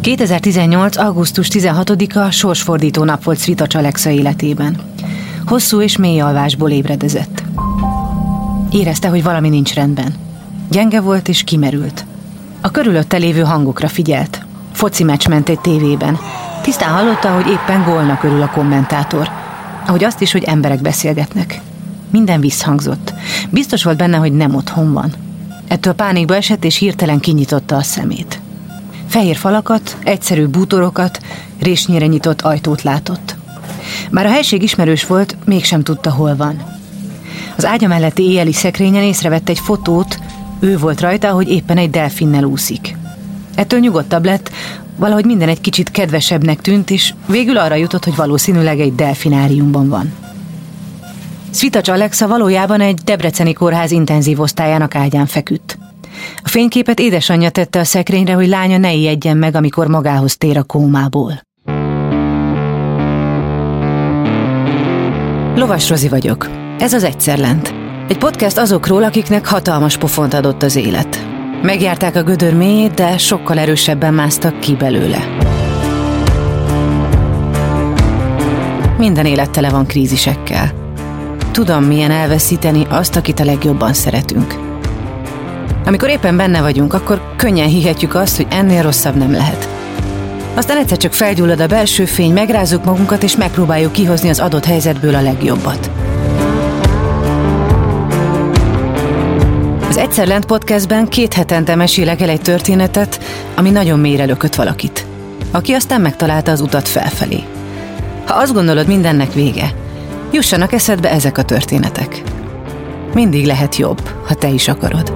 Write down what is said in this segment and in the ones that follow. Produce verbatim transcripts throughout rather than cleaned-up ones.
kétezer-tizennyolc. augusztus tizenhatodika sorsfordító nap volt Svitacs Alexa életében. Hosszú és mély alvásból ébredezett. Érezte, hogy valami nincs rendben. Gyenge volt és kimerült. A körülötte lévő hangokra figyelt. Foci meccs ment egy tévében. Tisztán hallotta, hogy éppen gólnak örül a kommentátor. Ahogy azt is, hogy emberek beszélgetnek. Minden visszhangzott. Biztos volt benne, hogy nem otthon van. Ettől pánikba esett, és hirtelen kinyitotta a szemét. Fehér falakat, egyszerű bútorokat, résnyire nyitott ajtót látott. Bár a helység ismerős volt, mégsem tudta, hol van. Az ágya melletti éjjeli szekrényen észrevett egy fotót, ő volt rajta, hogy éppen egy delfinnel úszik. Ettől nyugodtabb lett, valahogy minden egy kicsit kedvesebbnek tűnt, és végül arra jutott, hogy valószínűleg egy delfináriumban van. Svitacs Alexa valójában egy debreceni kórház intenzív osztályának ágyán feküdt. A fényképet édesanyja tette a szekrényre, hogy lánya ne ijedjen meg, amikor magához tér a kómából. Lovas Rozi vagyok. Ez az Egyszer Lent. Egy podcast azokról, akiknek hatalmas pofont adott az élet. Megjárták a gödör mélyét, de sokkal erősebben másztak ki belőle. Minden élet tele van krízisekkel. Tudom, milyen elveszíteni azt, akit a legjobban szeretünk. Amikor éppen benne vagyunk, akkor könnyen hihetjük azt, hogy ennél rosszabb nem lehet. Aztán egyszer csak felgyullad a belső fény, megrázzuk magunkat, és megpróbáljuk kihozni az adott helyzetből a legjobbat. Az Egyszer Lent podcastben két hetente mesélek el egy történetet, ami nagyon mélyre lökött valakit, aki aztán megtalálta az utat felfelé. Ha azt gondolod, mindennek vége, jussanak eszedbe ezek a történetek. Mindig lehet jobb, ha te is akarod.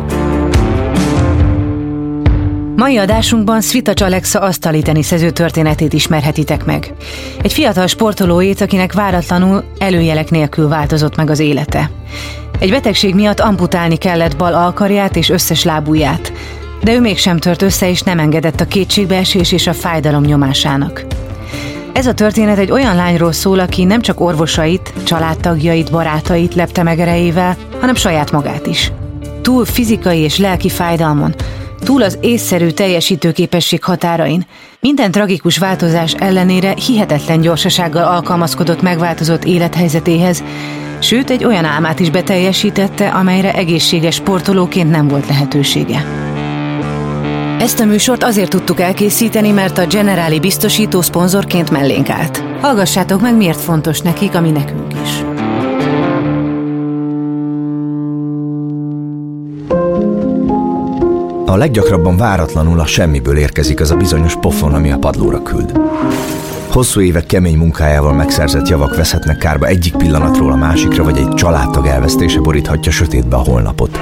Mai adásunkban Svitacs Alexa asztali teniszező történetét ismerhetitek meg. Egy fiatal sportolóét, akinek váratlanul előjelek nélkül változott meg az élete. Egy betegség miatt amputálni kellett bal alkarját és összes lábujját, de ő mégsem tört össze és nem engedett a kétségbeesés és a fájdalom nyomásának. Ez a történet egy olyan lányról szól, aki nem csak orvosait, családtagjait, barátait lepte meg erejével, hanem saját magát is. Túl fizikai és lelki fájdalmon, túl az észszerű teljesítőképesség határain, minden tragikus változás ellenére hihetetlen gyorsasággal alkalmazkodott megváltozott élethelyzetéhez, sőt egy olyan álmát is beteljesítette, amelyre egészséges sportolóként nem volt lehetősége. Ezt a műsort azért tudtuk elkészíteni, mert a Generali biztosító szponzorként mellénk állt. Hallgassátok meg, miért fontos nekik, ami nekünk is. A leggyakrabban váratlanul a semmiből érkezik az a bizonyos pofon, ami a padlóra küld. Hosszú évek kemény munkájával megszerzett javak veszhetnek kárba egyik pillanatról a másikra, vagy egy családtag elvesztése boríthatja sötétbe a holnapot.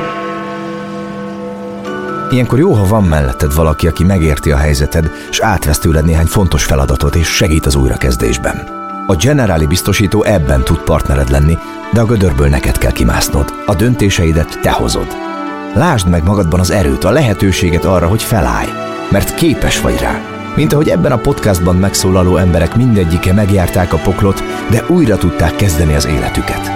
Ilyenkor jó, ha van melletted valaki, aki megérti a helyzeted, és átvesz tőled néhány fontos feladatot, és segít az újrakezdésben. A Generali biztosító ebben tud partnered lenni, de a gödörből neked kell kimásznod. A döntéseidet te hozod. Lásd meg magadban az erőt, a lehetőséget arra, hogy felállj, mert képes vagy rá. Mint ahogy ebben a podcastban megszólaló emberek mindegyike megjárták a poklot, de újra tudták kezdeni az életüket.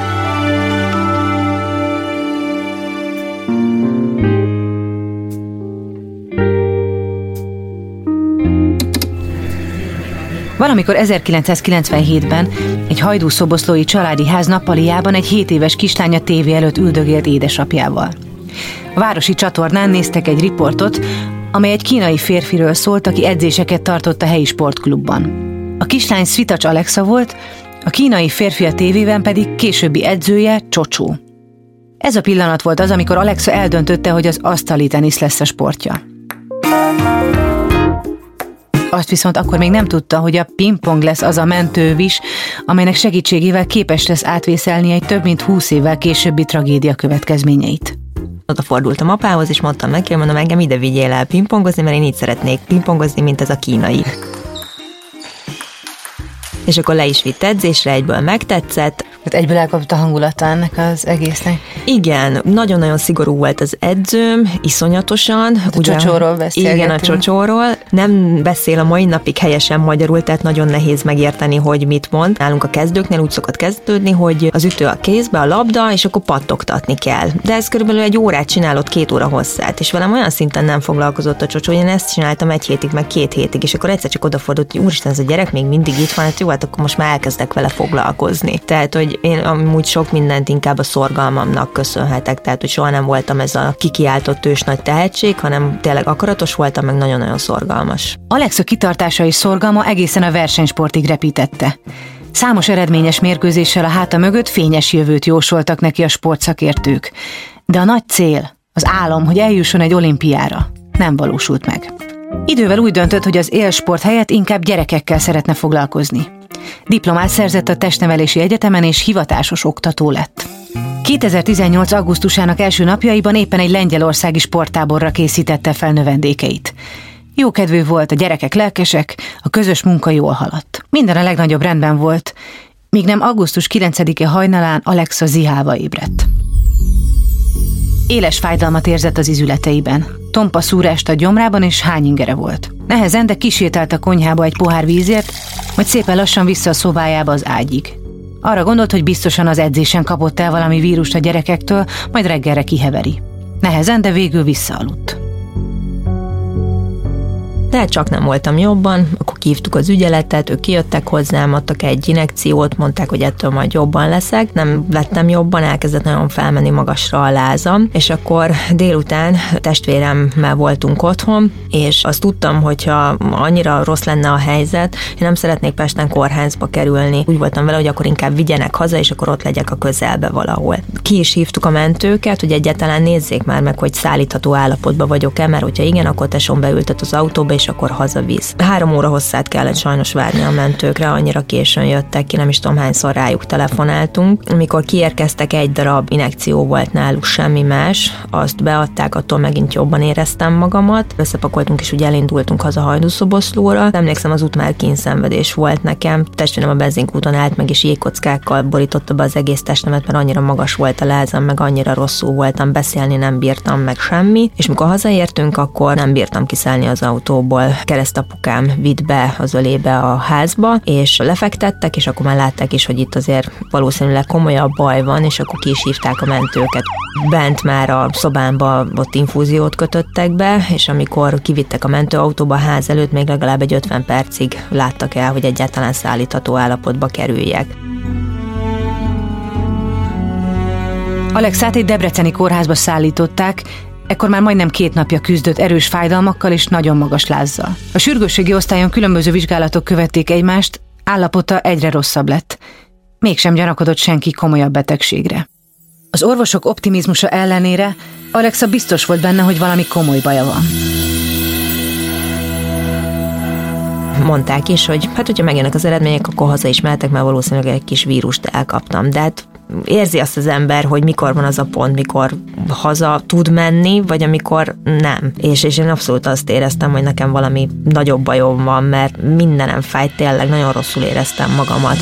Valamikor ezerkilencszázkilencvenhétben egy hajdúszoboszlói családi ház nappaliában egy hét éves kislánya tévé előtt üldögélt édesapjával. A városi csatornán néztek egy riportot, amely egy kínai férfiről szólt, aki edzéseket tartott a helyi sportklubban. A kislány Svitacs Alexa volt, a kínai férfi a tévében pedig későbbi edzője Csocsó. Ez a pillanat volt az, amikor Alexa eldöntötte, hogy az asztali tenisz lesz a sportja. Azt viszont akkor még nem tudta, hogy a pingpong lesz az a mentővis, amelynek segítségével képes lesz átvészelni egy több mint húsz évvel későbbi tragédia következményeit. Oda fordultam apához, és mondtam neki, hogy mondom, engem ide vigyél el pingpongozni, mert én így szeretnék pingpongozni, mint ez a kínai. És akkor le is vitt edzésre, egyből megtetszett, Hát egyből elkapott a hangulata ennek az egésznek. Igen, nagyon-nagyon szigorú volt az edzőm, iszonyatosan. Hát a ugye, csocsóról beszélgetünk. Igen, a csocsóról. Nem beszél a mai napig helyesen magyarul, tehát nagyon nehéz megérteni, hogy mit mond. Nálunk a kezdőknél úgy szokott kezdődni, hogy az ütő a kézbe, a labda, és akkor pattogtatni kell. De ez körülbelül egy órát csinálott, két óra hosszát, és velem olyan szinten nem foglalkozott a csocsó, én ezt csináltam egy hétig, meg két hétig, és akkor egyszer csak odafordult, hogy úristen, ez a gyerek még mindig itt van, hát jó, hát akkor most már elkezdek vele foglalkozni. Tehát, hogy én amúgy sok mindent inkább a szorgalmamnak köszönhetek, tehát, hogy soha nem voltam ez a kikiáltott ős nagy tehetség, hanem tényleg akaratos voltam, meg nagyon-nagyon szorgalmas. Alexa kitartása és szorgalma egészen a versenysportig repítette. Számos eredményes mérkőzéssel a háta mögött fényes jövőt jósoltak neki a sportszakértők. De a nagy cél, az álom, hogy eljusson egy olimpiára, nem valósult meg. Idővel úgy döntött, hogy az élsport helyett inkább gyerekekkel szeretne foglalkozni. Diplomát szerzett a Testnevelési Egyetemen és hivatásos oktató lett. kétezer-tizennyolc. augusztusának első napjaiban éppen egy lengyelországi sporttáborra készítette fel növendékeit. Jókedvű volt, a gyerekek lelkesek, a közös munka jól haladt. Minden a legnagyobb rendben volt, míg nem augusztus kilencedike hajnalán Alexa zihálva ébredt. Éles fájdalmat érzett az izületeiben. Tompa szúrást a gyomrában és hányingere volt. Nehezen, de kisétált a konyhába egy pohár vízért, majd szépen lassan vissza a szobájába az ágyig. Arra gondolt, hogy biztosan az edzésen kapott el valami vírust a gyerekektől, majd reggelre kiheveri. Nehezen, de végül visszaaludt. De csak nem voltam jobban, akkor hívtuk az ügyeletet, ők kijöttek hozzám, adtak egy injekciót, mondták, hogy ettől majd jobban leszek. Nem lettem jobban, elkezdett nagyon felmenni magasra a lázam, és akkor délután testvéremmel voltunk otthon, és azt tudtam, hogyha annyira rossz lenne a helyzet, én nem szeretnék Pesten kórházba kerülni. Úgy voltam vele, hogy akkor inkább vigyenek haza, és akkor ott legyek a közelbe valahol. Ki is hívtuk a mentőket, hogy egyáltalán nézzék már meg, hogy szállítható állapotban vagyok-e, mert hogyha igen, akkor tesóm beültet az autóba, és akkor hazavisz. Három óra hosszát kellett sajnos várni a mentőkre, annyira későn jöttek ki, nem is tudom hányszor rájuk telefonáltunk. Amikor kiérkeztek, egy darab injekció volt náluk, semmi más, azt beadták, attól megint jobban éreztem magamat. Összepakoltunk és úgy elindultunk haza Hajdúszoboszlóra. Emlékszem, az út már kínszenvedés volt nekem. Testvérem a benzinkúton állt meg, és jégkockákkal borította be az egész testemet, mert annyira magas volt a lázam, meg annyira rosszul voltam, beszélni nem bírtam, meg semmi. És mikor hazaértünk, akkor nem bírtam kiszállni az autóból. Keresztapukám vitt be az ölébe a házba, és lefektettek, és akkor már látták is, hogy itt azért valószínűleg komolyabb baj van, és akkor ki is hívták a mentőket. Bent már a szobámba ott infúziót kötöttek be, és amikor kivittek a mentőautóba a ház előtt, még legalább egy ötven percig láttak el, hogy egyáltalán szállítható állapotba kerüljek. Alexát egy debreceni kórházba szállították, ekkor már majdnem két napja küzdött erős fájdalmakkal és nagyon magas lázzal. A sürgősségi osztályon különböző vizsgálatok követték egymást, állapota egyre rosszabb lett. Mégsem gyanakodott senki komolyabb betegségre. Az orvosok optimizmusa ellenére Alexa biztos volt benne, hogy valami komoly baja van. Mondták is, hogy hát, hogyha megjönnek az eredmények, akkor haza is mehetek, mert valószínűleg egy kis vírust elkaptam. De hát érzi azt az ember, hogy mikor van az a pont, mikor haza tud menni, vagy amikor nem. És, és én abszolút azt éreztem, hogy nekem valami nagyobb bajom van, mert mindenem fájt, tényleg nagyon rosszul éreztem magamat.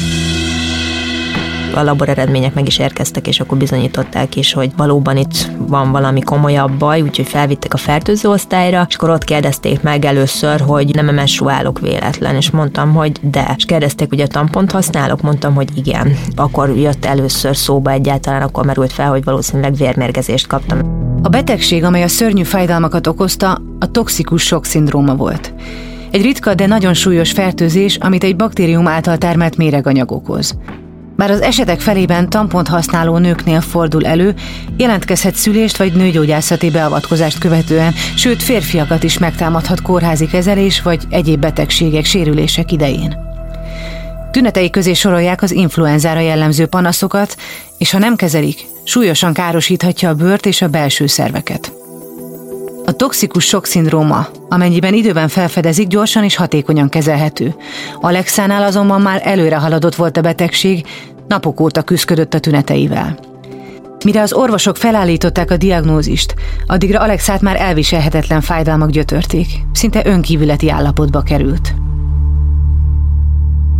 A labor eredmények meg is érkeztek, és akkor bizonyították is, hogy valóban itt van valami komolyabb baj, úgyhogy felvittek a fertőző osztályra, és akkor ott kérdezték meg először, hogy nem menstruálok véletlen, és mondtam, hogy de. És kérdezték, hogy a tampont használok, mondtam, hogy igen. Akkor jött először szóba egyáltalán, akkor merült fel, hogy valószínűleg vérmérgezést kaptam. A betegség, amely a szörnyű fájdalmakat okozta, a toxikus sokk szindróma volt. Egy ritka, de nagyon súlyos fertőzés, amit egy baktérium által termelt méreganyag okoz. Bár az esetek felében tampont használó nőknél fordul elő, jelentkezhet szülést vagy nőgyógyászati beavatkozást követően, sőt férfiakat is megtámadhat kórházi kezelés vagy egyéb betegségek, sérülések idején. Tünetei közé sorolják az influenzára jellemző panaszokat, és ha nem kezelik, súlyosan károsíthatja a bőrt és a belső szerveket. A toxikus sokk szindróma, amennyiben időben felfedezik, gyorsan és hatékonyan kezelhető. Alexánál azonban már előre haladott volt a betegség, napok óta küszködött a tüneteivel. Mire az orvosok felállították a diagnózist, addigra Alexát már elviselhetetlen fájdalmak gyötörték, szinte önkívületi állapotba került.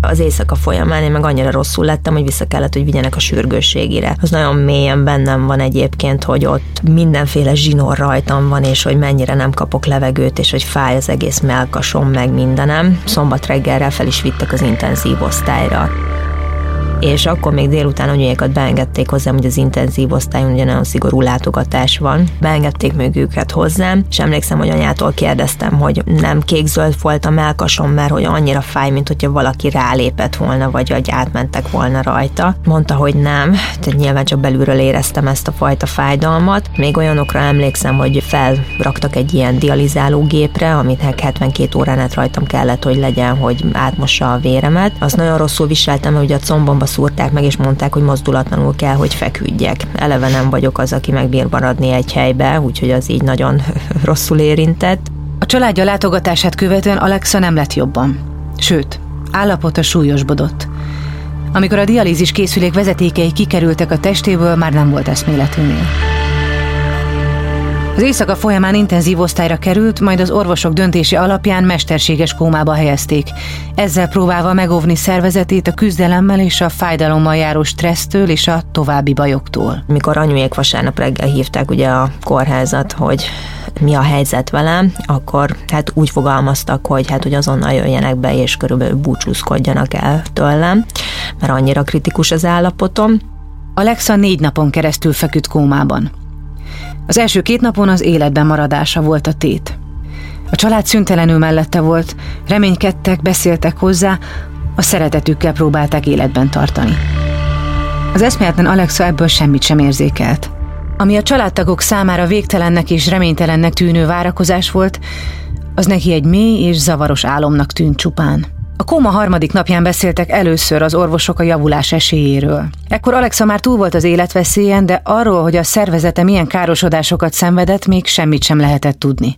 Az éjszaka folyamán én meg annyira rosszul lettem, hogy vissza kellett, hogy vigyenek a sürgősségire. Az nagyon mélyen bennem van egyébként, hogy ott mindenféle zsinór rajtam van, és hogy mennyire nem kapok levegőt, és hogy fáj az egész mellkasom, meg mindenem. Szombat reggelre fel is vittek az intenzív osztályra. És akkor még délután anyuékat beengedték hozzám, hogy az intenzív osztályon ugye nagyon szigorú látogatás van. Beengedték még őket hozzám, és emlékszem, hogy anyától kérdeztem, hogy nem kék-zöld volt a mellkasom, mert hogy annyira fáj, mint hogyha valaki rálépett volna, vagy hogy átmentek volna rajta. Mondta, hogy nem, tehát nyilván csak belülről éreztem ezt a fajta fájdalmat. Még olyanokra emlékszem, hogy felraktak egy ilyen dializálógépre, amit hetvenkét órán át rajtam kellett, hogy legyen, hogy átmossa a véremet. Azt nagyon rosszul viseltem, hogy a combomba szúrták meg, és mondták, hogy mozdulatlanul kell, hogy feküdjek. Eleve nem vagyok az, aki megbír maradni egy helybe, úgyhogy az így nagyon rosszul érintett. A családja látogatását követően Alexa nem lett jobban. Sőt, állapota súlyosbodott. Amikor a dialízis készülék vezetékei kikerültek a testéből, már nem volt eszméletűnél. Az éjszaka folyamán intenzív osztályra került, majd az orvosok döntése alapján mesterséges kómába helyezték, ezzel próbálva megóvni szervezetét a küzdelemmel és a fájdalommal járó stressztől és a további bajoktól. Mikor anyuék vasárnap reggel hívták ugye a kórházat, hogy mi a helyzet velem, akkor hát úgy fogalmaztak, hogy hát hogy azonnal jöjjenek be és körülbelül búcsúzkodjanak el tőlem, mert annyira kritikus az állapotom. Alexa négy napon keresztül feküdt kómában. Az első két napon az életben maradása volt a tét. A család szüntelenül mellette volt, reménykedtek, beszéltek hozzá, a szeretetükkel próbálták életben tartani. Az eszméletlen Alexa ebből semmit sem érzékelt. Ami a családtagok számára végtelennek és reménytelennek tűnő várakozás volt, az neki egy mély és zavaros álomnak tűnt csupán. A kóma harmadik napján beszéltek először az orvosok a javulás esélyéről. Ekkor Alexa már túl volt az életveszélyen, de arról, hogy a szervezete milyen károsodásokat szenvedett, még semmit sem lehetett tudni.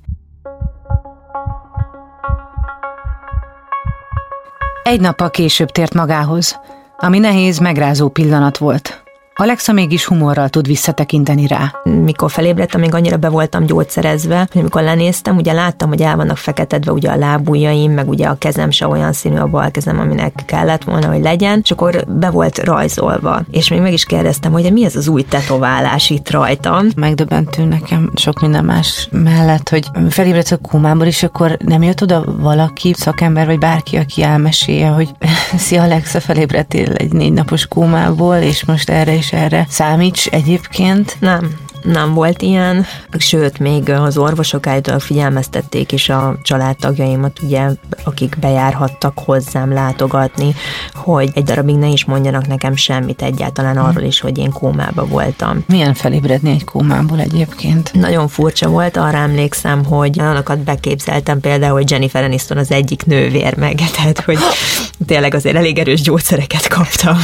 Egy nappal később tért magához, ami nehéz, megrázó pillanat volt. Alexa mégis humorral tud visszatekinteni rá. Mikor felébredtem, még annyira be voltam gyógyszerezve, hogy amikor lenéztem, ugye láttam, hogy el vannak feketedve ugye a lábujjaim, meg ugye a kezem se olyan színű, a bal kezem, aminek kellett volna, hogy legyen, és akkor be volt rajzolva. És még meg is kérdeztem, hogy mi ez az új tetoválás itt rajtam. Megdöbbentő nekem sok minden más mellett, hogy felébredsz a kómából, és akkor nem jött oda valaki, szakember vagy bárki, aki elmesélje, hogy szia Alexa, felébredtél egy négy napos kómából, és most erre is erre számíts egyébként? Nem. Nem volt ilyen, sőt, még az orvosok által figyelmeztették is a családtagjaimat, ugye, akik bejárhattak hozzám látogatni, hogy egy darabig ne is mondjanak nekem semmit egyáltalán arról is, hogy én kómába voltam. Milyen felébredni egy kómából egyébként? Nagyon furcsa volt, arra emlékszem, hogy olyanokat beképzeltem például, hogy Jennifer Aniston az egyik nővér meg, tehát, hogy tényleg azért elég erős gyógyszereket kaptam.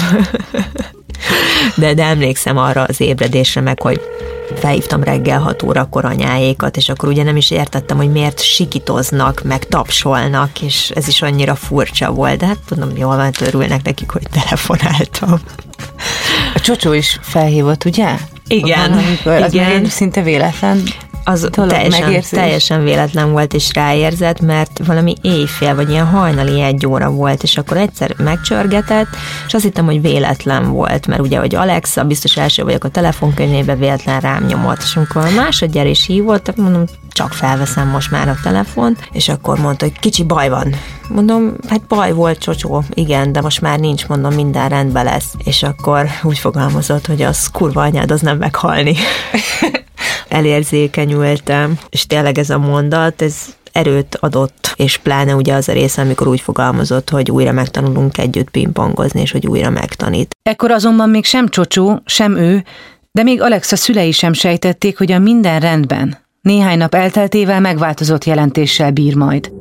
De, de emlékszem arra az ébredésre meg, hogy felhívtam reggel hat órakor anyáékat, és akkor ugye nem is értettem, hogy miért sikítoznak, meg tapsolnak, és ez is annyira furcsa volt, de hát tudom, jól van, örülnek nekik, hogy telefonáltam. A csocsó is felhívott, ugye? Igen, amikor, az igen. Szinte véletlen. Az teljesen, teljesen véletlen volt és ráérzett, mert valami éjfél, vagy ilyen hajnali egy óra volt, és akkor egyszer megcsörgetett, és azt hittem, hogy véletlen volt, mert ugye, hogy Alexa, biztos első vagyok a telefonkönyvébe, véletlen rám nyomott, és amikor a másodjára is hívott, mondom, csak felveszem most már a telefont, és akkor mondta, hogy kicsi baj van. Mondom, hát baj volt, csocsó, igen, de most már nincs, mondom, minden rendben lesz. És akkor úgy fogalmazott, hogy az kurva anyád, az nem meghalni. Elérzékenyültem, és tényleg ez a mondat, ez erőt adott, és pláne ugye az a része, amikor úgy fogalmazott, hogy újra megtanulunk együtt pingpongozni, és hogy újra megtanít. Ekkor azonban még sem csocsó, sem ő, de még Alexa szülei sem sejtették, hogy a minden rendben néhány nap elteltével megváltozott jelentéssel bír majd.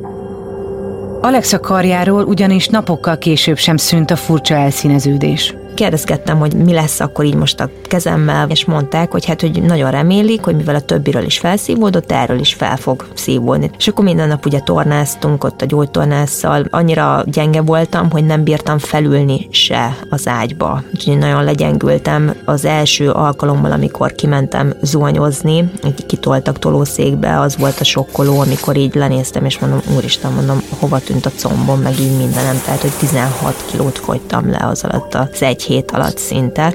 Alexa karjáról ugyanis napokkal később sem szűnt a furcsa elszíneződés. kérdezgettem, hogy mi lesz akkor így most a kezemmel, és mondták, hogy hát, hogy nagyon remélik, hogy mivel a többiről is felszívódott, erről is fel fog szívódni. És akkor minden nap ugye tornáztunk ott a gyógytornásszal, annyira gyenge voltam, hogy nem bírtam felülni se az ágyba. Úgyhogy nagyon legyengültem az első alkalommal, amikor kimentem zuhanyozni, így kitoltak tolószékbe, az volt a sokkoló, amikor így lenéztem, és mondom, úristen, mondom, hova tűnt a combom, meg így mindenem, tehát, hogy tizenhat kilót fogytam le az alatt az egy hét alatt szinte.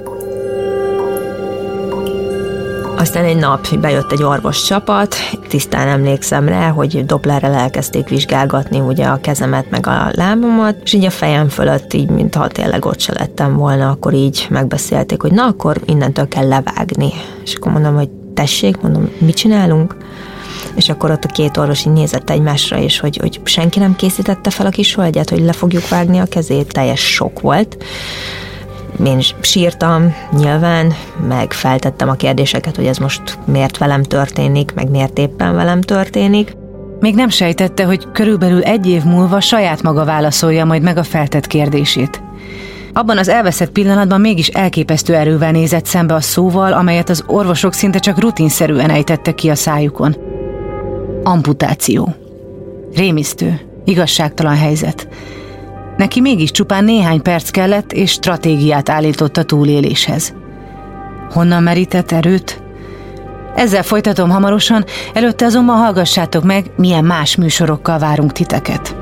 Aztán egy nap bejött egy orvos csapat, tisztán emlékszem rá, hogy Dopplerrel elkezdték vizsgálgatni ugye a kezemet meg a lábamat, és így a fejem fölött, így mintha tényleg ott se lettem volna, akkor így megbeszélték, hogy na, akkor innentől kell levágni. És akkor mondom, hogy tessék, mondom, mit csinálunk? És akkor ott a két orvos így nézett egymásra, és hogy, hogy senki nem készítette fel a kis hölgyet, hogy le fogjuk vágni a kezét. Teljes sok volt. Én sírtam nyilván, meg feltettem a kérdéseket, hogy ez most miért velem történik, meg miért éppen velem történik. Még nem sejtette, hogy körülbelül egy év múlva saját maga válaszolja majd meg a feltett kérdését. Abban az elveszett pillanatban mégis elképesztő erővel nézett szembe a szóval, amelyet az orvosok szinte csak rutinszerűen ejtettek ki a szájukon. Amputáció. Rémisztő, igazságtalan helyzet. Neki mégis csupán néhány perc kellett, és stratégiát állított a túléléshez. Honnan merített erőt? Ezzel folytatom hamarosan, előtte azonban hallgassátok meg, milyen más műsorokkal várunk titeket.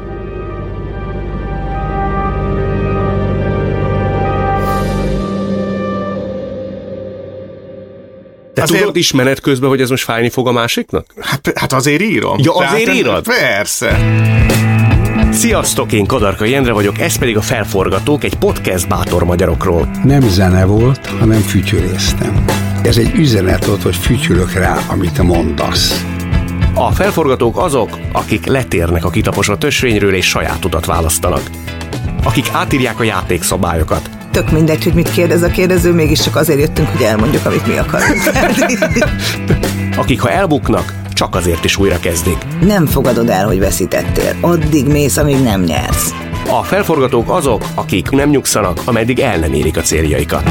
Te azért... tudod is menet közben, hogy ez most fájni fog a másiknak? Hát, hát azért írom. Ja, azért Tehát, írod? Persze. Sziasztok, én Kadarkai Endre vagyok, ez pedig a Felforgatók, egy podcast bátor magyarokról. Nem zene volt, hanem fütyöréztem. Ez egy üzenet volt, hogy fütyülök rá, amit te mondasz. A Felforgatók azok, akik letérnek a kitaposott ösvényről és saját utat választanak. Akik átírják a játékszabályokat. Tök mindegy, hogy mit kérdez a kérdező, mégiscsak azért jöttünk, hogy elmondjuk, amit mi akarunk. Akik, ha elbuknak, csak azért is újra kezdik. Nem fogadod el, hogy veszítettél. Addig mész, amíg nem nyersz. A Felforgatók azok, akik nem nyugszanak, ameddig el nem érik a céljaikat.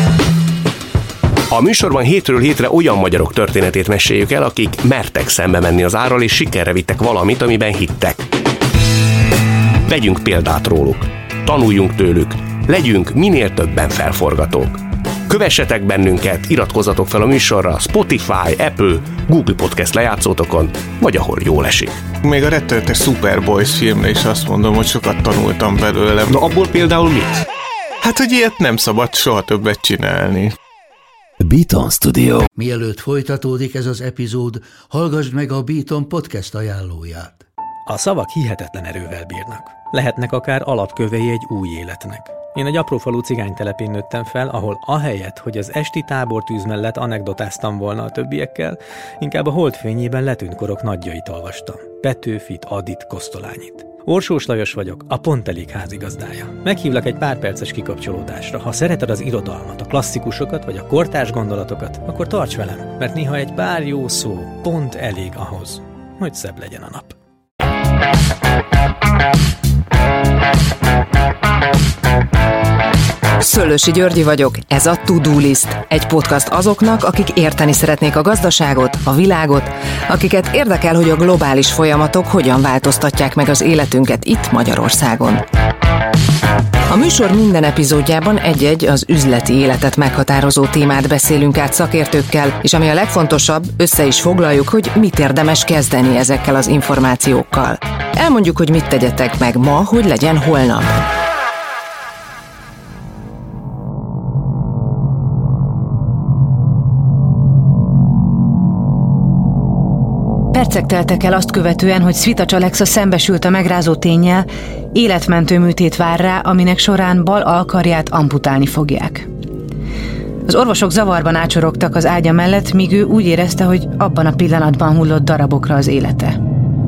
A műsorban hétről hétre olyan magyarok történetét meséljük el, akik mertek szembe menni az árral, és sikerre vittek valamit, amiben hittek. Vegyünk példát róluk. Tanuljunk tőlük. Legyünk minél többen felforgatók. Kövessetek bennünket, iratkozzatok fel a műsorra Spotify, Apple, Google Podcast lejátszótokon, vagy ahol jól esik. Még a rettenetes Superboys filmre is azt mondom, hogy sokat tanultam belőle. Na abból például mit? Hát, hogy ilyet nem szabad soha többet csinálni. Beaton Studio. Mielőtt folytatódik ez az epizód, hallgassd meg a Beaton podcast ajánlóját. A szavak hihetetlen erővel bírnak. Lehetnek akár alapkövei egy új életnek. Én egy aprófalu cigánytelepén nőttem fel, ahol ahelyett, hogy az esti tábortűz mellett anekdotáztam volna a többiekkel, inkább a holdfényében letűnt korok nagyjait olvastam. Petőfit, Adit, Kosztolányit. Orsós Lajos vagyok, a Pont Elég házigazdája. Meghívlak egy pár perces kikapcsolódásra. Ha szereted az irodalmat, a klasszikusokat vagy a kortárs gondolatokat, akkor tarts velem, mert néha egy pár jó szó pont elég ahhoz, hogy szebb legyen a nap. Szöllősi Györgyi vagyok, ez a To-Do List, egy podcast azoknak, akik érteni szeretnék a gazdaságot, a világot, akiket érdekel, hogy a globális folyamatok hogyan változtatják meg az életünket itt Magyarországon. A műsor minden epizódjában egy-egy az üzleti életet meghatározó témát beszélünk át szakértőkkel, és ami a legfontosabb, össze is foglaljuk, hogy mit érdemes kezdeni ezekkel az információkkal. Elmondjuk, hogy mit tegyetek meg ma, hogy legyen holnap. Percek teltek el azt követően, hogy Svitacs Alexa szembesült a megrázó ténnyel, életmentő műtét vár rá, aminek során bal alkarját amputálni fogják. Az orvosok zavarban ácsorogtak az ágya mellett, míg ő úgy érezte, hogy abban a pillanatban hullott darabokra az élete.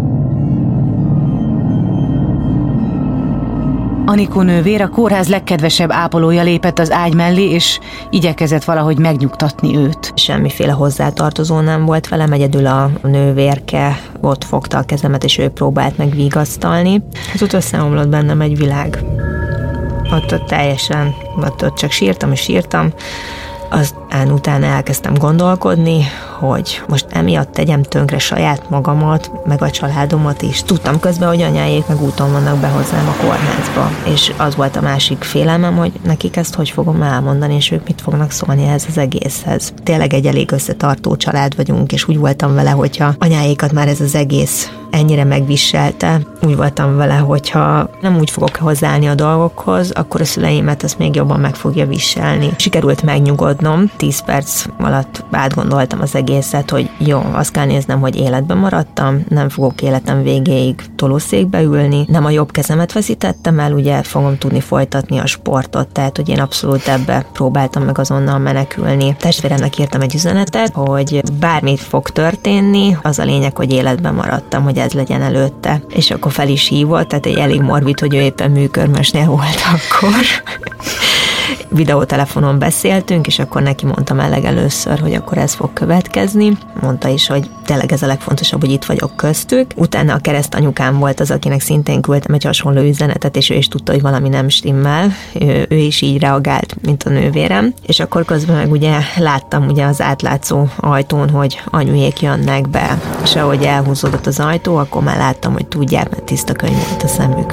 Anikó nővér, a kórház legkedvesebb ápolója lépett az ágy mellé, és igyekezett valahogy megnyugtatni őt. Semmiféle hozzátartozó nem volt velem, egyedül a nővérke ott fogta a kezemet, és ő próbált meg vigasztalni. Hát ott összeomlott bennem egy világ. Ott, ott teljesen, ott, ott csak sírtam és sírtam. Aztán utána elkezdtem gondolkodni, hogy most emiatt tegyem tönkre saját magamat, meg a családomat is. Tudtam közben, hogy anyáék meg úton vannak be hozzám a kórházba, és az volt a másik félelmem, hogy nekik ezt hogy fogom elmondani, és ők mit fognak szólni ehhez az egészhez. Tényleg egy elég összetartó család vagyunk, és úgy voltam vele, hogyha anyáékat már ez az egész ennyire megviselte, úgy voltam vele, hogyha nem úgy fogok hozzáállni a dolgokhoz, akkor a szüleimet ezt még jobban meg fogja viselni. Sikerült megnyugodnom, tíz perc alatt átgondoltam az egészet, hogy jó, azt kell néznem, hogy életben maradtam, nem fogok életem végéig tolószékbe ülni, nem a jobb kezemet veszítettem el, ugye fogom tudni folytatni a sportot, tehát hogy én abszolút ebbe próbáltam meg azonnal menekülni. Testvéremnek írtam egy üzenetet, hogy bármit fog történni, az a lényeg, hogy életben maradtam, hogy ez legyen előtte. És akkor fel is hívott, tehát egy elég morbid, hogy ő éppen műkörmösnél volt akkor. Videótelefonon beszéltünk, és akkor neki mondtam el legelőször, hogy akkor ez fog következni. Mondta is, hogy tényleg ez a legfontosabb, hogy itt vagyok köztük. Utána a keresztanyukám volt az, akinek szintén küldtem egy hasonló üzenetet, és ő is tudta, hogy valami nem stimmel. Ő, ő is így reagált, mint a nővérem. És akkor közben meg ugye láttam ugye az átlátszó ajtón, hogy anyujék jönnek be. És ahogy elhúzódott az ajtó, akkor már láttam, hogy tudják, mert tiszta könyv volt a szemük.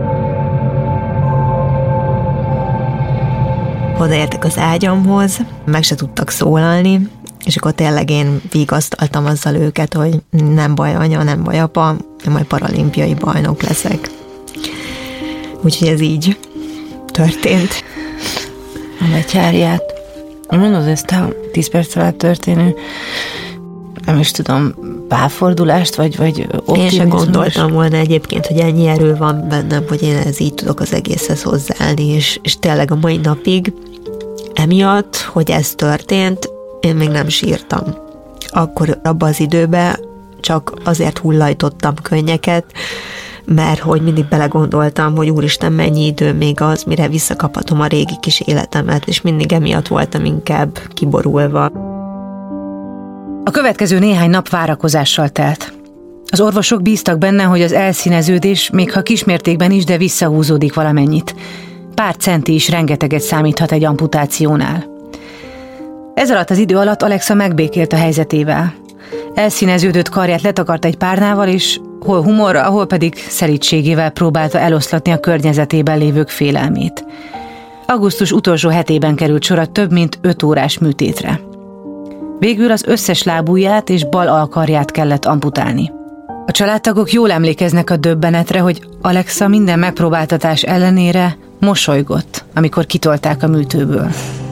Odaértek az ágyamhoz, meg se tudtak szólalni, és akkor tényleg én vigasztaltam azzal őket, hogy nem baj anya, nem baj apa, én majd paralimpiai bajnok leszek. Úgyhogy ez így történt. A betyárját. Mondod ezt a tíz perc alatt történő, nem is tudom, pálfordulást, vagy, vagy optimizmus? Én sem gondoltam volna egyébként, hogy ennyi erő van bennem, hogy én ez így tudok az egészhez hozzáállni, és, és tényleg a mai napig emiatt, hogy ez történt, én még nem sírtam. Akkor abban az időben csak azért hullajtottam könnyeket, mert hogy mindig belegondoltam, hogy úristen, mennyi idő még az, mire visszakaphatom a régi kis életemet, és mindig emiatt voltam inkább kiborulva. A következő néhány nap várakozással telt. Az orvosok bíztak benne, hogy az elszíneződés, még ha kismértékben is, de visszahúzódik valamennyit. Pár centi is rengeteget számíthat egy amputációnál. Ez alatt az idő alatt Alexa megbékélt a helyzetével. Elszíneződött karját letakart egy párnával, és hol humorra, hol pedig szelídségével próbálta eloszlatni a környezetében lévők félelmét. Augusztus utolsó hetében került sor a több mint öt órás műtétre. Végül az összes lábujját és bal alkarját kellett amputálni. A családtagok jól emlékeznek a döbbenetre, hogy Alexa minden megpróbáltatás ellenére mosolygott, amikor kitolták a műtőből.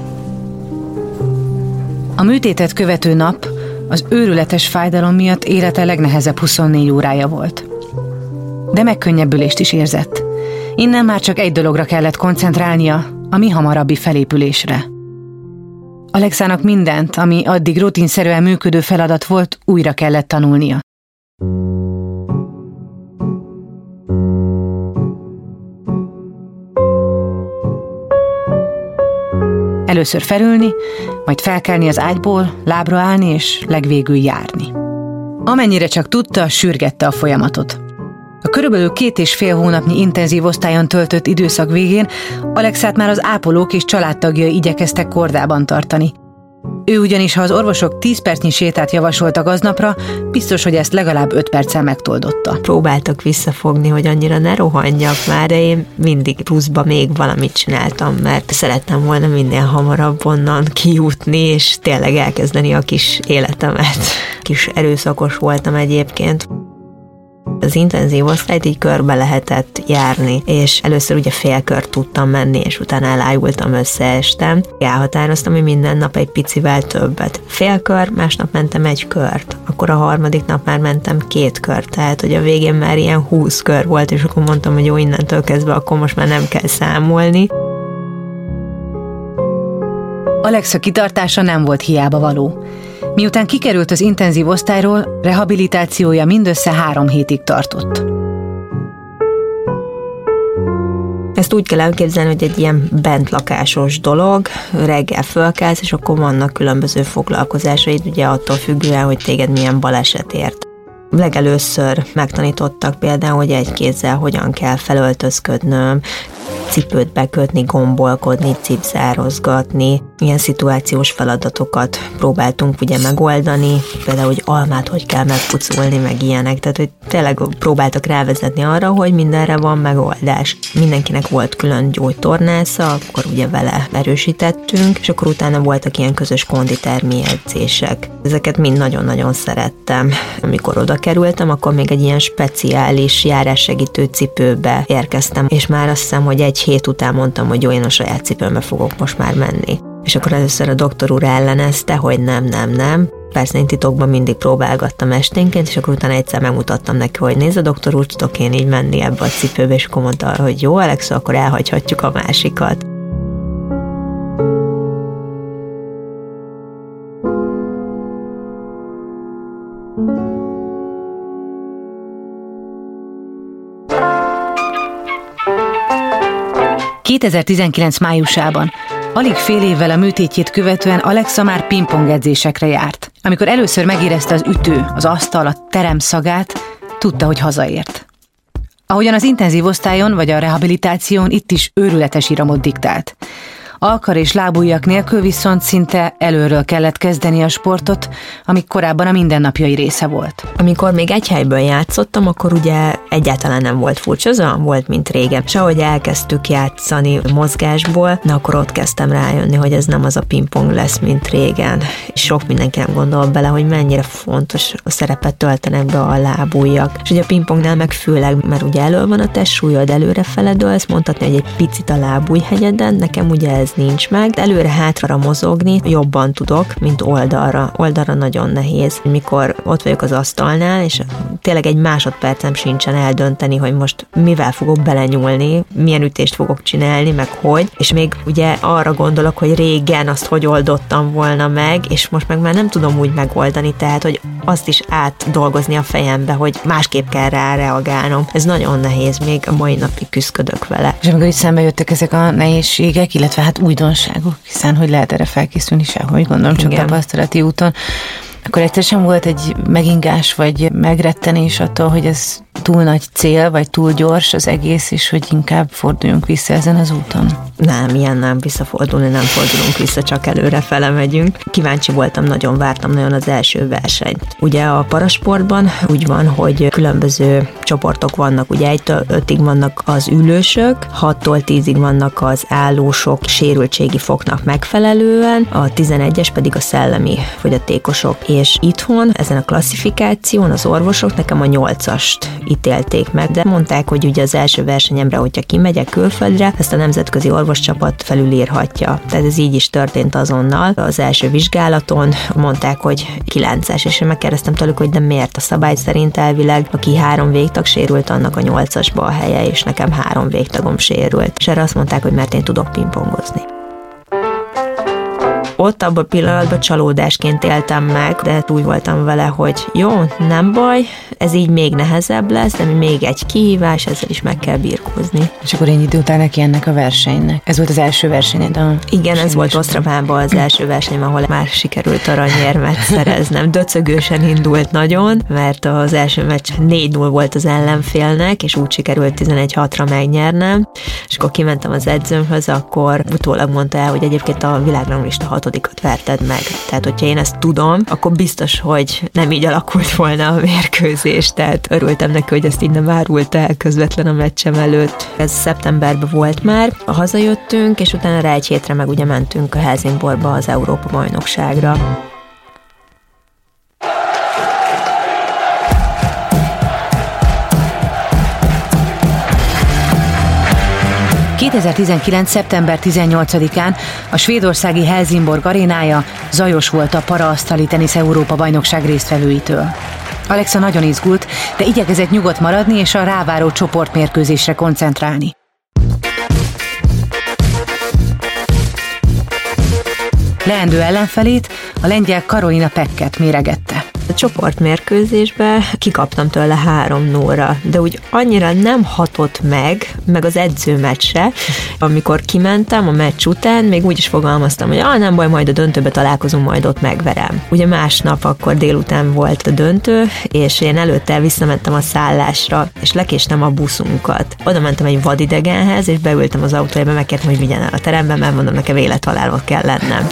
A műtétet követő nap az őrületes fájdalom miatt élete legnehezebb huszonnégy órája volt. De megkönnyebbülést is érzett. Innen már csak egy dologra kellett koncentrálnia, a mihamarabbi felépülésre. Alexának mindent, ami addig rutinszerűen működő feladat volt, újra kellett tanulnia. Először felülni, majd felkelni az ágyból, lábra állni és legvégül járni. Amennyire csak tudta, sürgette a folyamatot. A körülbelül két és fél hónapnyi intenzív osztályon töltött időszak végén Alexát már az ápolók és családtagjai igyekeztek kordában tartani. Ő ugyanis, ha az orvosok tíz percnyi sétát javasoltak aznapra, biztos, hogy ezt legalább öt perccel megtoldotta. Próbáltak visszafogni, hogy annyira ne rohanjak már, de én mindig pluszba még valamit csináltam, mert szerettem volna minél hamarabb onnan kijutni, és tényleg elkezdeni a kis életemet. Kis erőszakos voltam egyébként. Az intenzív osztályt így körbe lehetett járni, és először ugye félkört tudtam menni, és utána elájultam, összeestem. Elhatároztam, hogy minden nap egy picivel többet. Félkör, másnap mentem egy kört, akkor a harmadik nap már mentem két kört, tehát hogy a végén már ilyen húsz kör volt, és akkor mondtam, hogy jó, innentől kezdve akkor most már nem kell számolni. Alexa kitartása nem volt hiába való. Miután kikerült az intenzív osztályról, rehabilitációja mindössze három hétig tartott. Ezt úgy kell elképzelni, hogy egy ilyen bentlakásos dolog, reggel fölkelsz, és akkor vannak különböző foglalkozásaid, ugye attól függően, hogy téged milyen baleset ért. Legelőször megtanítottak például, hogy egy kézzel hogyan kell felöltözködnöm, cipőt bekötni, gombolkodni, cipzározgatni. Ilyen szituációs feladatokat próbáltunk ugye megoldani, például, hogy almát hogy kell megpucolni, meg ilyenek. Tehát, hogy tényleg próbáltak rávezetni arra, hogy mindenre van megoldás. Mindenkinek volt külön gyógytornásza, akkor ugye vele erősítettünk, és akkor utána voltak ilyen közös konditermi edzések. Ezeket mind nagyon-nagyon szerettem. Amikor oda kerültem, akkor még egy ilyen speciális járássegítő cipőbe érkeztem, és már azt hiszem, hogy egy hét után mondtam, hogy jó, én a saját cipőmbe fogok most már menni. És akkor először a doktor úr ellenezte, hogy nem, nem, nem. Persze én titokban mindig próbálgattam esténként, és akkor utána egyszer megmutattam neki, hogy nézd, a doktor úr, tudok én így menni ebbe a cipőbe, és akkor mondta arra, hogy jó, Alexa, akkor elhagyhatjuk a másikat. kétezer-tizenkilenc májusában, alig fél évvel a műtétjét követően Alexa már pingpong edzésekre járt. Amikor először megérezte az ütő, az asztal, a terem szagát, tudta, hogy hazaért. Ahogyan az intenzív osztályon vagy a rehabilitáción, itt is őrületes iramot diktált. Alkar és lábujjak nélkül viszont szinte előről kellett kezdeni a sportot, amik korábban a mindennapjai része volt. Amikor még egy helyből játszottam, akkor ugye egyáltalán nem volt furcsa, az olyan volt, mint régen. És ahogy elkezdtük játszani mozgásból, na akkor ott kezdtem rájönni, hogy ez nem az a pingpong lesz, mint régen. És sok mindenki nem gondol bele, hogy mennyire fontos a szerepet töltenek be a lábujjak. És ugye a pingpongnál meg főleg, mert ugye elő van a testsúlyod, előrefele dőlsz, mondhatni, hogy egy picit a lábujjhegyeden, nekem ugye ez nincs meg, de előre-hátra mozogni jobban tudok, mint oldalra. Oldalra nagyon nehéz. Mikor ott vagyok az asztalnál, és tényleg egy másodpercem sincsen eldönteni, hogy most mivel fogok belenyúlni, milyen ütést fogok csinálni, meg hogy, és még ugye arra gondolok, hogy régen azt hogy oldottam volna meg, és most meg már nem tudom úgy megoldani, tehát, hogy azt is átdolgozni a fejembe, hogy másképp kell rá reagálnom. Ez nagyon nehéz, még a mai napig küzdök vele. És amikor is szembe jöttek ezek a nehézségek, illetve hát újdonságok, hiszen hogy lehet erre felkészülni sehogy, gondolom, csak Igen. tapasztalati úton, akkor egyszer sem volt egy megingás, vagy megrettenés attól, hogy ez túl nagy cél, vagy túl gyors az egész, és hogy inkább forduljunk vissza ezen az úton? Nem, ilyen nem visszafordulni, nem fordulunk vissza, csak előre fele megyünk. Kíváncsi voltam, nagyon vártam nagyon az első versenyt. Ugye a parasportban úgy van, hogy különböző csoportok vannak, ugye egytől ötig vannak az ülősök, hattól tízig vannak az állósok sérültségi foknak megfelelően, a tizenegyes pedig a szellemi fogyatékosok. És itthon, ezen a klasszifikáción az orvosok nekem a nyolcast ítélték meg, de mondták, hogy ugye az első versenyemre, hogyha kimegyek külföldre, ezt a nemzetközi orvoscsapat felülírhatja. Tehát ez így is történt azonnal. Az első vizsgálaton mondták, hogy kilences, és én megkérdeztem tőlük, hogy de miért? A szabály szerint elvileg, aki három végtag sérült, annak a nyolcasba a helye, és nekem három végtagom sérült. És erre azt mondták, hogy mert én tudok pingpongozni. Ott abban a pillanatban csalódásként éltem meg, de úgy voltam vele, hogy jó, nem baj, ez így még nehezebb lesz, de még egy kihívás, ezzel is meg kell birkózni. És akkor ennyi idő után neki ennek a versenynek. Ez volt az első versenyed? A Igen, ez volt Osztravánban az első versenyem, ahol már sikerült aranyérmet szereznem. Döcögősen indult nagyon, mert az első meccs négy null volt az ellenfélnek, és úgy sikerült tizenegy hatra megnyernem. És akkor kimentem az edzőmhöz, akkor utólag mondta el, hogy egyébként a világranglista hatodikat verted meg. Tehát, hogyha én ezt tudom, akkor biztos, hogy nem így alakult volna a mérkőzés. Tehát örültem neki, hogy ezt így nem árult el közvetlen a meccsem előtt. Ez szeptemberben volt már, hazajöttünk, és utána rá egy hétre meg ugye mentünk a Helsingborba az Európa-bajnokságra. kétezer-tizenkilenc. szeptember tizennyolcadikán a svédországi Helsingborg arénája zajos volt a paraasztali tenisz Európa-bajnokság résztvevőitől. Alexa nagyon izgult, de igyekezett nyugodt maradni és a ráváró csoportmérkőzésre koncentrálni. Leendő ellenfelét, a lengyel Karolina Pekket méregette. A csoportmérkőzésbe kikaptam tőle három nullra, de úgy annyira nem hatott meg, meg az edzőmet se. Amikor kimentem a meccs után, még úgy is fogalmaztam, hogy ah, nem baj, majd a döntőbe találkozunk, majd ott megverem. Ugye másnap akkor délután volt a döntő, és én előtte visszamentem a szállásra, és lekéstem a buszunkat. Oda mentem egy vadidegenhez, és beültem az autójába, megkértem, hogy vigyen el a teremben, mert mondom, nekem élethalálba kell lennem.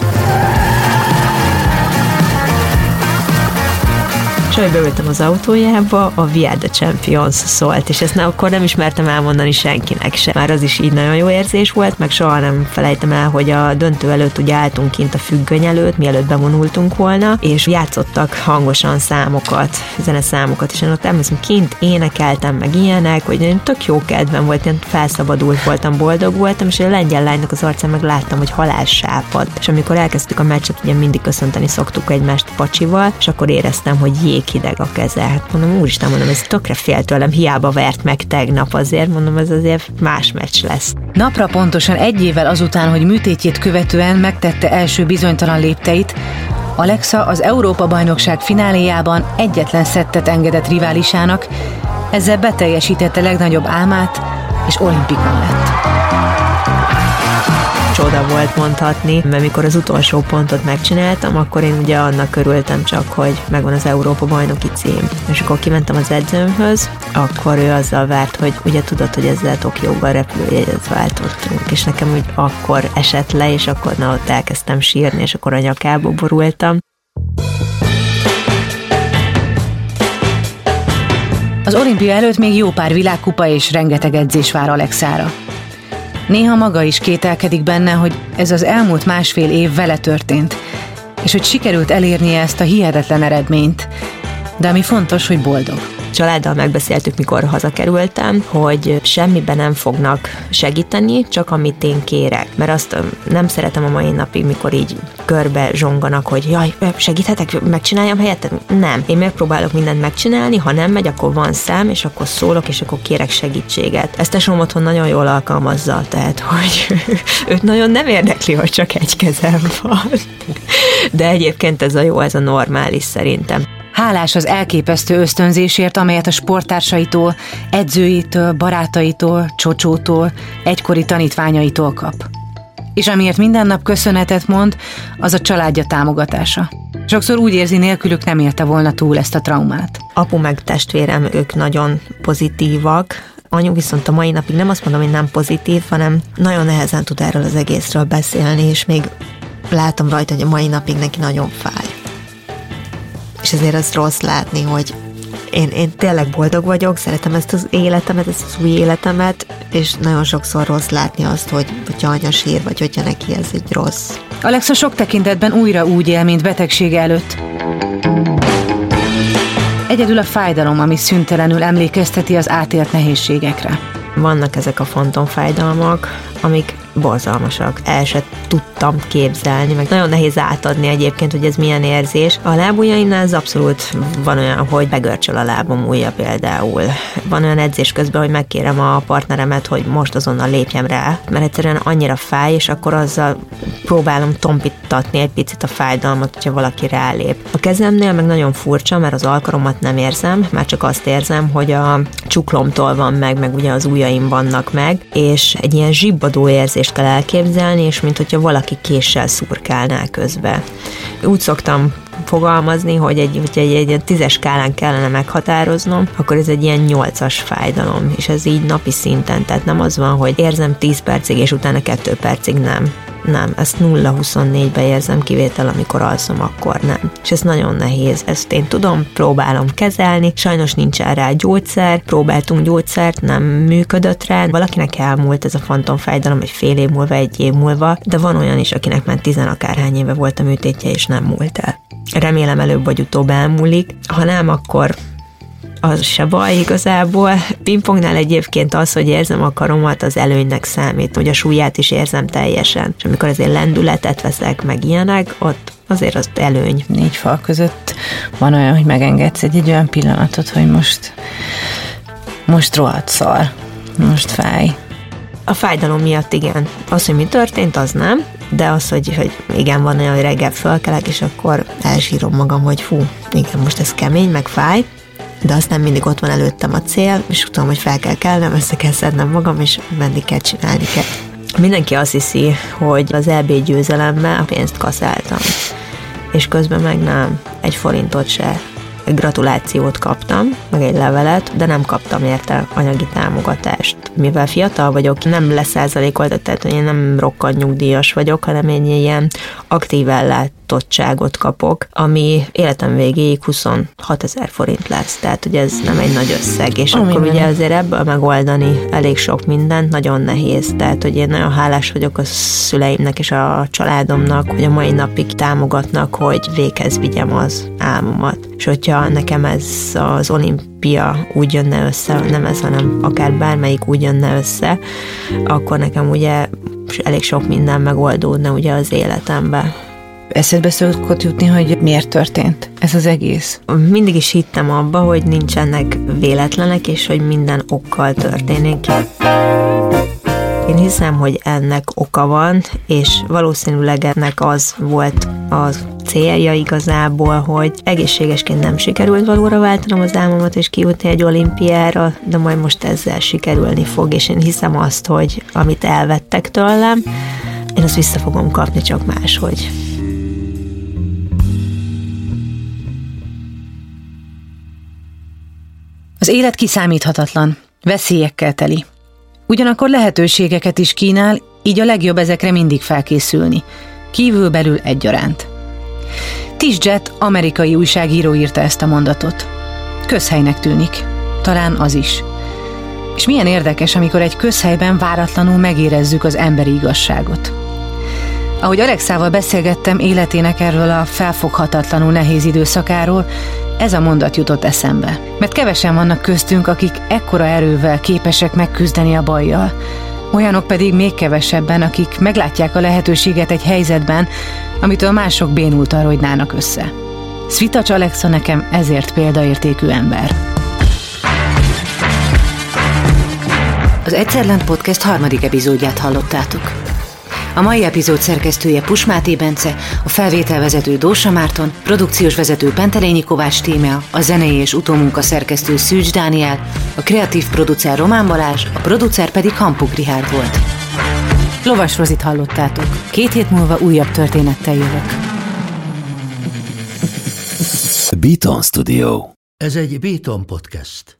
És ahogy beültem az autójába, a We Are The Champions szólt, és ezt ne, akkor nem ismertem elmondani senkinek se. Már az is így nagyon jó érzés volt, meg soha nem felejtem el, hogy a döntő előtt ugye álltunk kint a függöny előtt, mielőtt bevonultunk volna, és játszottak hangosan számokat, zeneszámokat, és én ott emlékszem, kint énekeltem meg ilyenek, hogy én tök jó kedvem volt, én felszabadult voltam, boldog voltam, és a lengyel lánynak az arcán meg láttam, hogy halálsápad. És amikor elkezdtük a meccset, ugye mindig köszönteni szoktuk egymást pacsival, és akkor éreztem, hogy jéghideg a keze. Hát mondom, úristen, mondom, ez tökre fél tőlem, hiába vert meg tegnap azért, mondom, ez azért más meccs lesz. Napra pontosan egy évvel azután, hogy műtétjét követően megtette első bizonytalan lépteit, Alexa az Európa-bajnokság fináléjában egyetlen szettet engedett riválisának, ezzel beteljesítette legnagyobb álmát, és olimpikon lett. Csoda volt mondhatni, mert mikor az utolsó pontot megcsináltam, akkor én ugye annak örültem csak, hogy megvan az Európa-bajnoki cím. És akkor kimentem az edzőmhöz, akkor ő azzal várt, hogy ugye tudod, hogy ezzel Tokióban repülőjegyet váltottunk, és nekem úgy akkor esett le, és akkor na, ott elkezdtem sírni, és akkor a nyakába borultam. Az olimpia előtt még jó pár világkupa és rengeteg edzés vár Alexára. Néha maga is kételkedik benne, hogy ez az elmúlt másfél év vele történt, és hogy sikerült elérnie ezt a hihetetlen eredményt, de ami fontos, hogy boldog. Családdal megbeszéltük, mikor hazakerültem, hogy semmiben nem fognak segíteni, csak amit én kérek. Mert azt nem szeretem a mai napig, mikor így körbe zsonganak, hogy jaj, segíthetek, megcsináljam helyetted? Nem. Én megpróbálok mindent megcsinálni, ha nem megy, akkor van szám, és akkor szólok, és akkor kérek segítséget. Ezt tesóm otthon nagyon jól alkalmazza, tehát, hogy őt nagyon nem érdekli, hogy csak egy kezem van. De egyébként ez a jó, ez a normális szerintem. Hálás az elképesztő ösztönzésért, amelyet a sporttársaitól, edzőitől, barátaitól, csocsótól, egykori tanítványaitól kap. És amiért minden nap köszönetet mond, az a családja támogatása. Sokszor úgy érzi, nélkülük nem élte volna túl ezt a traumát. Apu meg testvérem, ők nagyon pozitívak. Anyu viszont a mai napig nem azt mondom, hogy nem pozitív, hanem nagyon nehezen tud erről az egészről beszélni, és még látom rajta, hogy a mai napig neki nagyon fáj. És ezért az rossz látni, hogy én, én tényleg boldog vagyok, szeretem ezt az életemet, ezt az új életemet, és nagyon sokszor rossz látni azt, hogy hogyha anya sír, vagy hogyha neki ez egy rossz. Alexa sok tekintetben újra úgy él, mint betegsége előtt. Egyedül a fájdalom, ami szüntelenül emlékezteti az átélt nehézségekre. Vannak ezek a fantomfájdalmak, amik borzalmasak. El se tudtam képzelni, meg nagyon nehéz átadni egyébként, hogy ez milyen érzés. A lábujjaimnál ez abszolút van olyan, hogy begörcsöl a lábam ujja például. Van olyan edzés közben, hogy megkérem a partneremet, hogy most azonnal lépjem rá, mert egyszerűen annyira fáj, és akkor azzal próbálom tompítatni egy picit a fájdalmat, hogyha valaki rálép. A kezemnél meg nagyon furcsa, mert az alkaromat nem érzem, már csak azt érzem, hogy a csuklomtól van meg, meg ugye az ujjaim vannak meg, és egy ilyen zsibbadó érzést kell elképzelni, és mint hogyha valaki késsel szurkálná közbe. Úgy szoktam fogalmazni, hogy egy, hogyha egy, egy, egy tízes skálán kellene meghatároznom, akkor ez egy ilyen nyolcas fájdalom, és ez így napi szinten, tehát nem az van, hogy érzem tíz percig, és utána kettő percig nem. Nem, ezt nulla huszonnégybe érzem, kivétel, amikor alszom, akkor nem. És ez nagyon nehéz. Ezt én tudom, próbálom kezelni, sajnos nincsen rá gyógyszer, próbáltunk gyógyszert, nem működött rá. Valakinek elmúlt ez a fantomfájdalom egy fél év múlva, egy év múlva, de van olyan is, akinek már tizenakárhány éve volt a műtétje, és nem múlt el. Remélem előbb vagy utóbb elmúlik, ha nem, akkor az se baj igazából. Pingpongnál egyébként az, hogy érzem a karomat, az előnynek számít, hogy a súlyát is érzem teljesen. És amikor azért lendületet veszek, meg ilyenek, ott azért az előny. Négy fal között van olyan, hogy megengedsz egy, egy olyan pillanatot, hogy most most rohadt szar, most fáj. A fájdalom miatt igen. Az, hogy mi történt, az nem. de az, hogy, hogy igen, van olyan, hogy reggel fölkelek, és akkor elsírom magam, hogy fú, igen, most ez kemény, meg fáj, de aztán mindig ott van előttem a cél, és tudom, hogy fel kell kelnem, össze kell szednem magam, és menni kell, csinálni kell. Mindenki azt hiszi, hogy az é bé győzelemmel a pénzt kaszáltam, és közben meg nem, egy forintot se. Egy gratulációt kaptam, meg egy levelet, de nem kaptam érte anyagi támogatást. Mivel fiatal vagyok, nem leszázalékoltat, tehát én nem rokkant nyugdíjas vagyok, hanem én ilyen aktív ellátottságot kapok, ami életem végéig huszonhatezer forint lesz. Tehát, hogy ez nem egy nagy összeg, és Ami akkor ugye azért ebből megoldani elég sok mindent, nagyon nehéz. Tehát, hogy én nagyon hálás vagyok a szüleimnek és a családomnak, hogy a mai napig támogatnak, hogy véghez vigyem az álmomat. És hogyha nekem ez az olimpia úgy jönne össze, nem ez, hanem akár bármelyik úgy jönne össze, akkor nekem ugye elég sok minden megoldódna ugye az életembe. Eszedbe szokott jutni, hogy miért történt ez az egész? Mindig is hittem abba, hogy nincsenek véletlenek, és hogy minden okkal történik. Én hiszem, hogy ennek oka van, és valószínűleg ennek az volt az célja igazából, hogy egészségesként nem sikerült valóra váltanom az álmomat, és kijutni egy olimpiára, de majd most ezzel sikerülni fog, és én hiszem azt, hogy amit elvettek tőlem, én azt vissza fogom kapni, csak máshogy. Az élet kiszámíthatatlan, veszélyekkel teli. Ugyanakkor lehetőségeket is kínál, így a legjobb ezekre mindig felkészülni. Kívül-belül egyaránt. Tish Jett, amerikai újságíró írta ezt a mondatot. Közhelynek tűnik. Talán az is. És milyen érdekes, amikor egy közhelyben váratlanul megérezzük az emberi igazságot. Ahogy Alexával beszélgettem életének erről a felfoghatatlanul nehéz időszakáról, ez a mondat jutott eszembe. Mert kevesen vannak köztünk, akik ekkora erővel képesek megküzdeni a bajjal. Olyanok pedig még kevesebben, akik meglátják a lehetőséget egy helyzetben, amitől mások bénultan rogynának össze. Svitacs Alexa nekem ezért példaértékű ember. Az Egyszerlent Podcast harmadik epizódját hallottátok. A mai epizód szerkesztője Pus Máté Bence, a felvételvezető Dósa Márton, produkciós vezető Pentelényi Kovács Tímea, a zenei és utómunka szerkesztő Szűcs Dániel, a kreatív producer Román Balázs, a producer pedig Hampuk Richárd volt. Lovas Rozit hallottátok. Két hét múlva újabb történettel jövök. Beaton Studio. Ez egy Beaton Podcast.